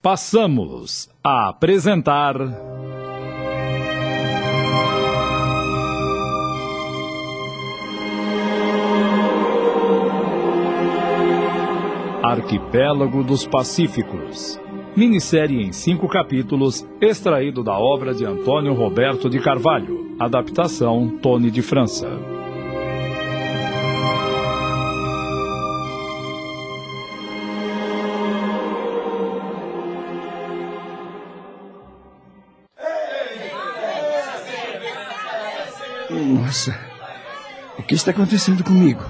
Passamos a apresentar... Arquipélago dos Pacíficos. Minissérie em 5 capítulos, extraído da obra de Antônio Roberto de Carvalho. Adaptação Tony de França. Nossa, o que está acontecendo comigo?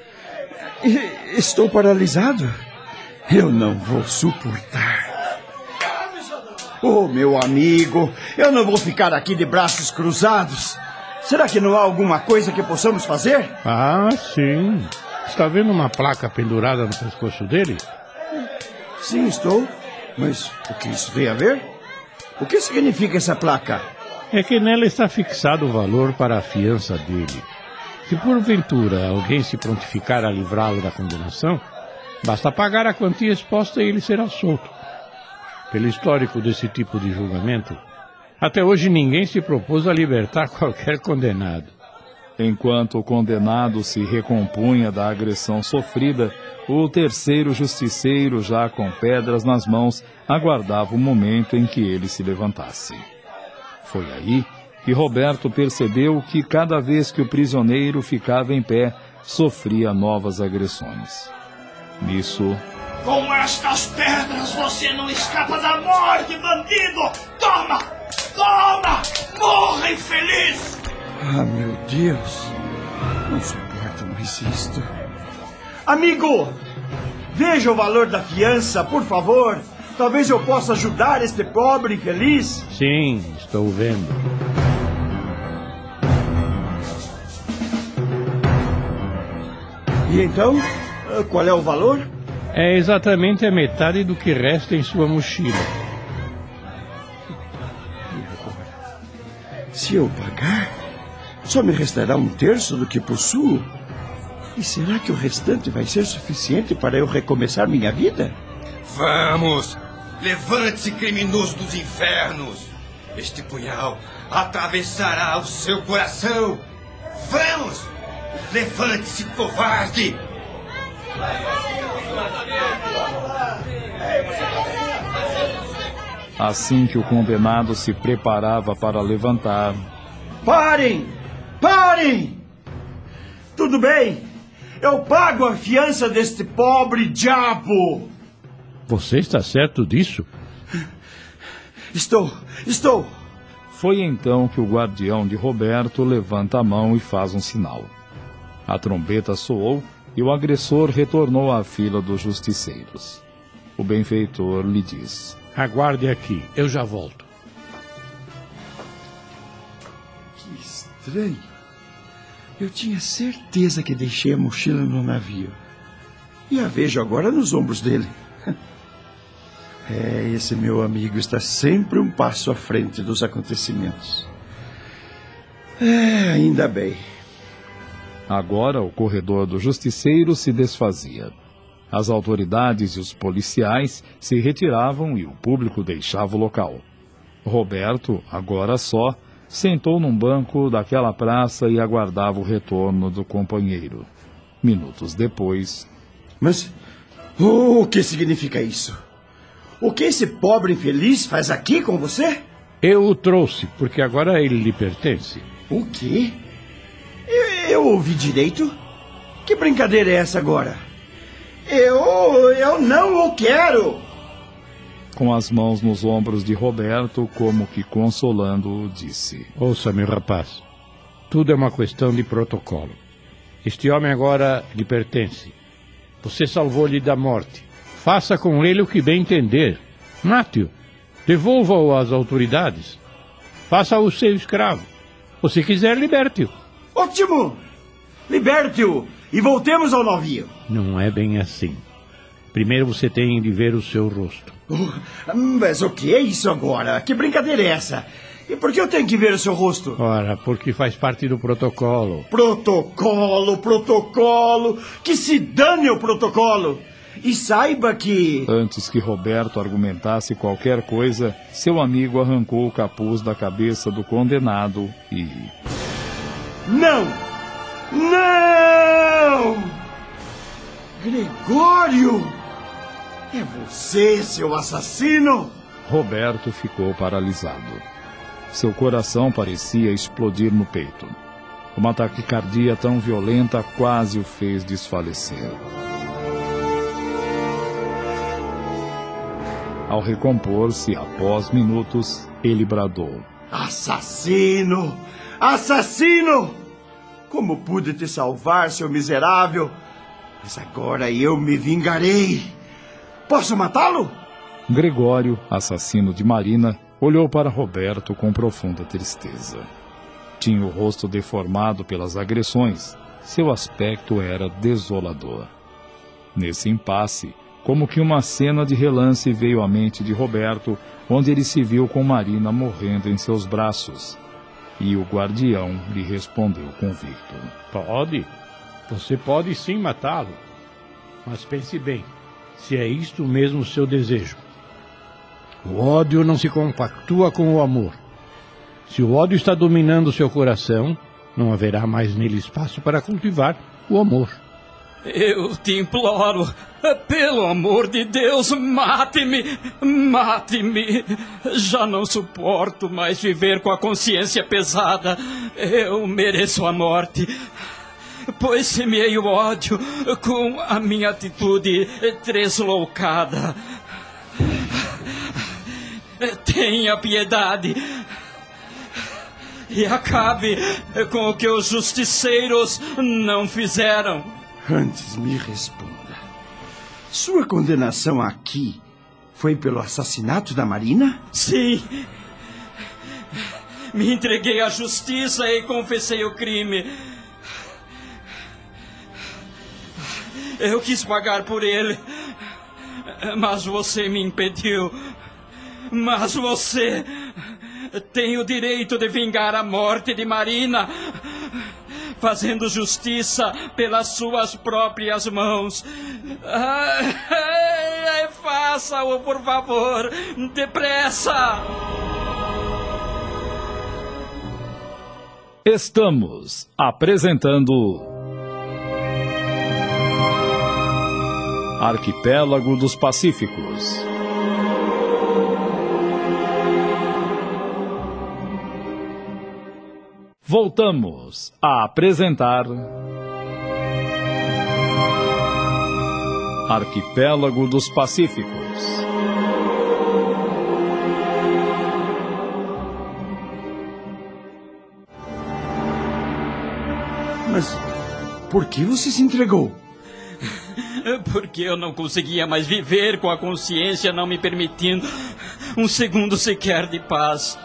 Estou paralisado. Eu não vou suportar. Oh, meu amigo, eu não vou ficar aqui de braços cruzados. Será que não há alguma coisa que possamos fazer? Ah, sim. Está vendo uma placa pendurada no pescoço dele? Sim, estou. Mas o que isso tem a ver? O que significa essa placa? É que nela está fixado o valor para a fiança dele. Se porventura alguém se prontificar a livrá-lo da condenação, basta pagar a quantia exposta e ele será solto. Pelo histórico desse tipo de julgamento, até hoje ninguém se propôs a libertar qualquer condenado. Enquanto o condenado se recompunha da agressão sofrida, o terceiro justiceiro, já com pedras nas mãos, aguardava o momento em que ele se levantasse. Foi aí que Roberto percebeu que cada vez que o prisioneiro ficava em pé, sofria novas agressões. Nisso... Com estas pedras você não escapa da morte, bandido! Toma! Toma! Morra, infeliz! Ah, meu Deus! Não suporto mais isto. Amigo! Veja o valor da fiança, por favor! Talvez eu possa ajudar este pobre infeliz. Sim, estou vendo. E então, qual é o valor? É exatamente a metade do que resta em sua mochila. E agora? Se eu pagar, só me restará 1/3 do que possuo. E será que o restante vai ser suficiente para eu recomeçar minha vida? Vamos! Levante-se, criminoso dos infernos! Este punhal atravessará o seu coração! Vamos! Levante-se, covarde! Assim que o condenado se preparava para levantar... Parem! Parem! Tudo bem! Eu pago a fiança deste pobre diabo! Você está certo disso? Estou. Foi então que o guardião de Roberto levanta a mão e faz um sinal. A trombeta soou e o agressor retornou à fila dos justiceiros. O benfeitor lhe diz: Aguarde aqui, eu já volto. Que estranho. Eu tinha certeza que deixei a mochila no navio. E a vejo agora nos ombros dele. Esse meu amigo está sempre um passo à frente dos acontecimentos. Ainda bem. Agora o corredor do justiceiro se desfazia. As autoridades e os policiais se retiravam e o público deixava o local. Roberto, agora só, sentou num banco daquela praça e aguardava o retorno do companheiro. Minutos depois... Mas o que significa isso? O que esse pobre infeliz faz aqui com você? Eu o trouxe, porque agora ele lhe pertence. O quê? Eu ouvi direito? Que brincadeira é essa agora? Eu não o quero! Com as mãos nos ombros de Roberto, como que consolando-o, disse: Ouça, meu rapaz, tudo é uma questão de protocolo. Este homem agora lhe pertence. Você salvou-lhe da morte. Faça com ele o que bem entender. Mate-o. Devolva-o às autoridades. Faça-o seu escravo. Ou, se quiser, liberte-o. Ótimo! Liberte-o e voltemos ao navio. Não é bem assim. Primeiro você tem de ver o seu rosto. Mas o que é isso agora? Que brincadeira é essa? E por que eu tenho que ver o seu rosto? Ora, porque faz parte do protocolo. Protocolo! Que se dane o protocolo! E saiba que... Antes que Roberto argumentasse qualquer coisa, seu amigo arrancou o capuz da cabeça do condenado e... Não! Não! Gregório! É você, seu assassino! Roberto ficou paralisado. Seu coração parecia explodir no peito. Uma taquicardia tão violenta quase o fez desfalecer. Ao recompor-se, após minutos, ele bradou: Assassino! Assassino! Como pude te salvar, seu miserável? Mas agora eu me vingarei. Posso matá-lo? Gregório, assassino de Marina, olhou para Roberto com profunda tristeza. Tinha o rosto deformado pelas agressões. Seu aspecto era desolador. Nesse impasse, como que uma cena de relance veio à mente de Roberto, onde ele se viu com Marina morrendo em seus braços. E o guardião lhe respondeu convicto: Pode. Você pode sim matá-lo. Mas pense bem, se é isto mesmo o seu desejo. O ódio não se compactua com o amor. Se o ódio está dominando seu coração, não haverá mais nele espaço para cultivar o amor. Eu te imploro, pelo amor de Deus, mate-me, mate-me. Já não suporto mais viver com a consciência pesada. Eu mereço a morte, pois semeei o ódio com a minha atitude tresloucada. Tenha piedade e acabe com o que os justiceiros não fizeram. Antes me responda. Sua condenação aqui foi pelo assassinato da Marina? Sim. Me entreguei à justiça e confessei o crime. Eu quis pagar por ele, mas você me impediu. Mas você tem o direito de vingar a morte de Marina, fazendo justiça pelas suas próprias mãos. Faça-o, por favor, depressa! Estamos apresentando Arquipélago dos Pacíficos. Voltamos a apresentar Arquipélago dos Pacíficos. Mas por que você se entregou? Porque eu não conseguia mais viver com a consciência não me permitindo um segundo sequer de paz.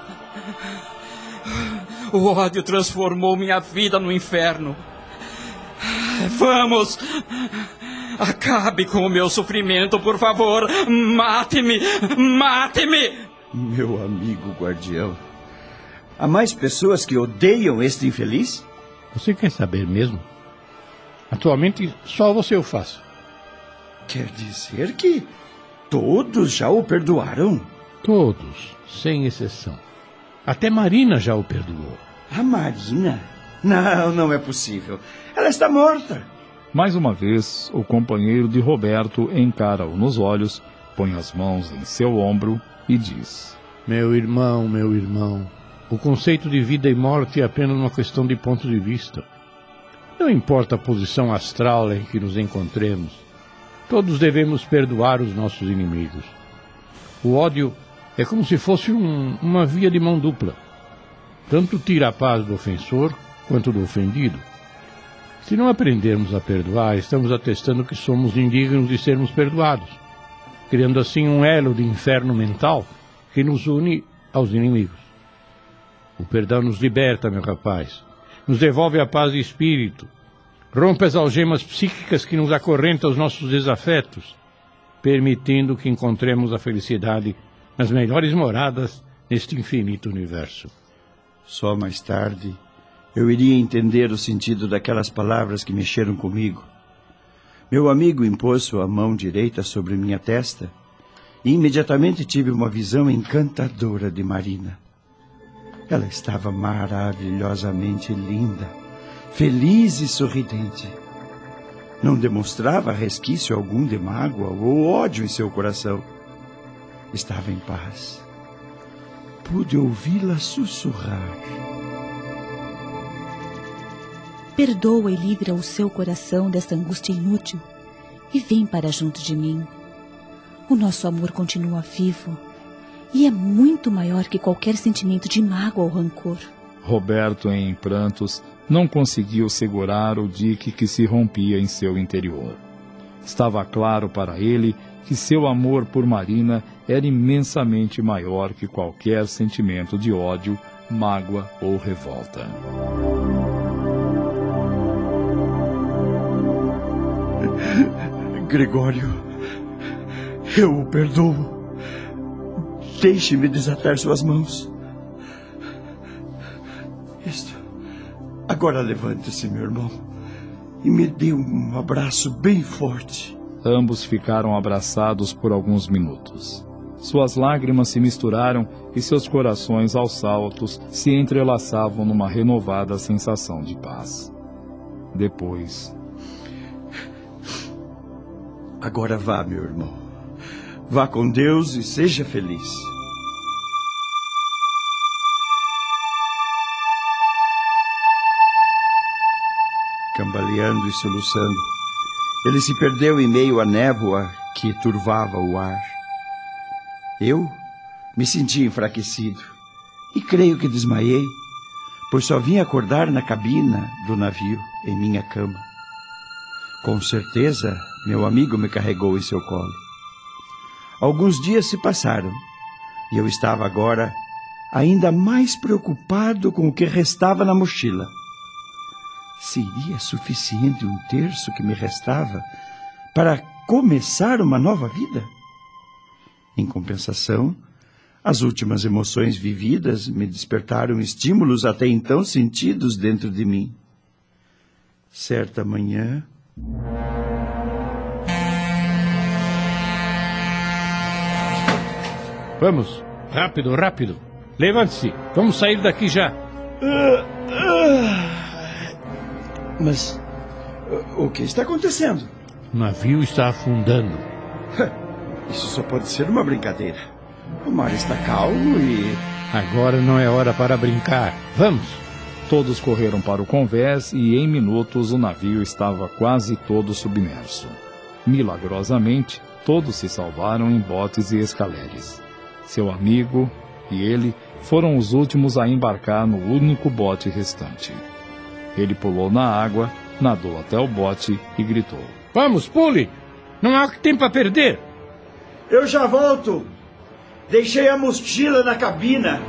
O ódio transformou minha vida no inferno. Vamos! Acabe com o meu sofrimento, por favor! Mate-me! Mate-me! Meu amigo guardião, há mais pessoas que odeiam este infeliz? Você quer saber mesmo? Atualmente, só você o faz. Quer dizer que todos já o perdoaram? Todos, sem exceção. Até Marina já o perdoou. A Marina? Não é possível. Ela está morta. Mais uma vez, o companheiro de Roberto encara-o nos olhos, põe as mãos em seu ombro e diz: meu irmão, o conceito de vida e morte é apenas uma questão de ponto de vista. Não importa a posição astral em que nos encontremos, todos devemos perdoar os nossos inimigos. O ódio é como se fosse uma via de mão dupla. Tanto tira a paz do ofensor quanto do ofendido. Se não aprendermos a perdoar, estamos atestando que somos indignos de sermos perdoados, criando assim um elo de inferno mental que nos une aos inimigos. O perdão nos liberta, meu rapaz, nos devolve a paz de espírito, rompe as algemas psíquicas que nos acorrentam aos nossos desafetos, permitindo que encontremos a felicidade nas melhores moradas neste infinito universo. Só mais tarde eu iria entender o sentido daquelas palavras que mexeram comigo. Meu amigo impôs sua mão direita sobre minha testa e imediatamente tive uma visão encantadora de Marina. Ela estava maravilhosamente linda, feliz e sorridente. Não demonstrava resquício algum de mágoa ou ódio em seu coração. Estava em paz. Pude ouvi-la sussurrar. Perdoa e livra o seu coração desta angústia inútil e vem para junto de mim. O nosso amor continua vivo e é muito maior que qualquer sentimento de mágoa ou rancor. Roberto, em prantos, não conseguiu segurar o dique que se rompia em seu interior. Estava claro para ele que seu amor por Marina era imensamente maior que qualquer sentimento de ódio, mágoa ou revolta. Gregório, eu o perdoo. Deixe-me desatar suas mãos. Isto. Agora levante-se, meu irmão, e me dê um abraço bem forte. Ambos ficaram abraçados por alguns minutos. Suas lágrimas se misturaram e seus corações aos saltos se entrelaçavam numa renovada sensação de paz. Depois... Agora vá, meu irmão. Vá com Deus e seja feliz. Cambaleando e soluçando, ele se perdeu em meio à névoa que turvava o ar. Eu me senti enfraquecido e creio que desmaiei, pois só vim acordar na cabina do navio, em minha cama. Com certeza, meu amigo me carregou em seu colo. Alguns dias se passaram e eu estava agora ainda mais preocupado com o que restava na mochila. Seria suficiente um terço que me restava para começar uma nova vida? Em compensação, as últimas emoções vividas me despertaram estímulos até então sentidos dentro de mim. Certa manhã... Vamos, rápido, rápido. Levante-se, vamos sair daqui já. Mas o que está acontecendo? O navio está afundando. Isso só pode ser uma brincadeira. O mar está calmo e... Agora não é hora para brincar. Vamos. Todos correram para o convés e, em minutos, o navio estava quase todo submerso. Milagrosamente, todos se salvaram em botes e escaleres. Seu amigo e ele foram os últimos a embarcar no único bote restante. Ele pulou na água, nadou até o bote e gritou: Vamos, pule! Não há tempo a perder! Eu já volto! Deixei a mochila na cabina!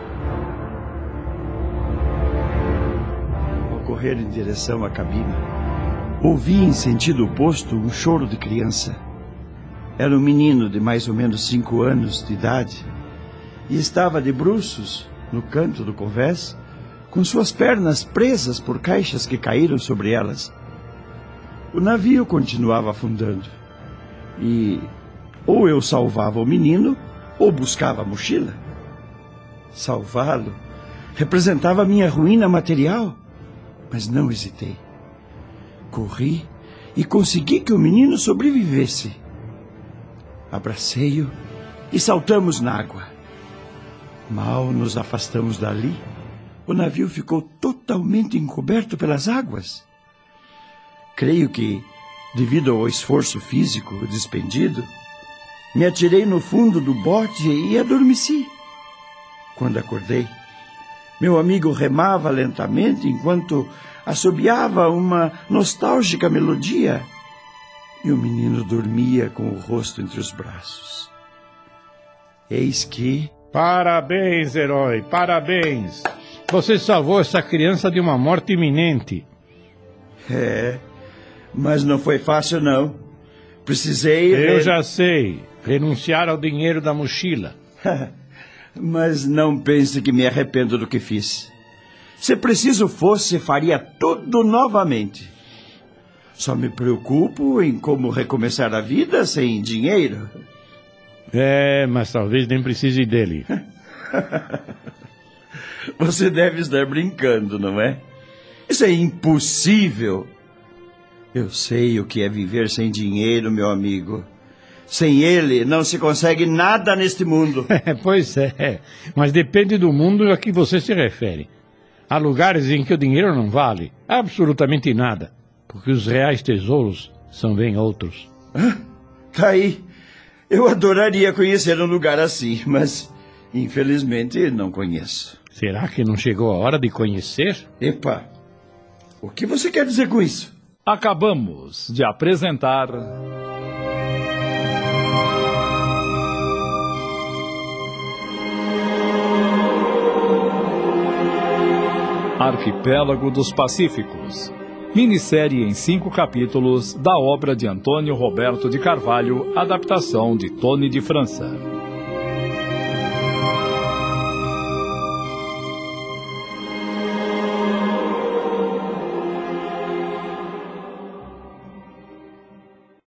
Ao correr em direção à cabina, ouvi em sentido oposto um choro de criança. Era um menino de mais ou menos 5 anos de idade e estava de bruços no canto do convés, com suas pernas presas por caixas que caíram sobre elas. O navio continuava afundando e ou eu salvava o menino ou buscava a mochila. Salvá-lo representava minha ruína material, mas não hesitei. Corri e consegui que o menino sobrevivesse. Abracei-o e saltamos na água. Mal nos afastamos dali, o navio ficou totalmente encoberto pelas águas. Creio que, devido ao esforço físico despendido, me atirei no fundo do bote e adormeci. Quando acordei, meu amigo remava lentamente enquanto assobiava uma nostálgica melodia e o menino dormia com o rosto entre os braços. Eis que... Parabéns, herói, parabéns! Você salvou essa criança de uma morte iminente. Mas não foi fácil, não. Precisei... Eu já sei. Renunciar ao dinheiro da mochila. Mas não pense que me arrependo do que fiz. Se preciso fosse, faria tudo novamente. Só me preocupo em como recomeçar a vida sem dinheiro. Mas talvez nem precise dele. Você deve estar brincando, não é? Isso é impossível. Eu sei o que é viver sem dinheiro, meu amigo. Sem ele, não se consegue nada neste mundo. Pois é, mas depende do mundo a que você se refere. Há lugares em que o dinheiro não vale absolutamente nada, porque os reais tesouros são bem outros. Tá aí. Eu adoraria conhecer um lugar assim, mas infelizmente não conheço. Será que não chegou a hora de conhecer? Epa, o que você quer dizer com isso? Acabamos de apresentar... Arquipélago dos Pacíficos, minissérie em 5 capítulos da obra de Antônio Roberto de Carvalho, adaptação de Tony de França.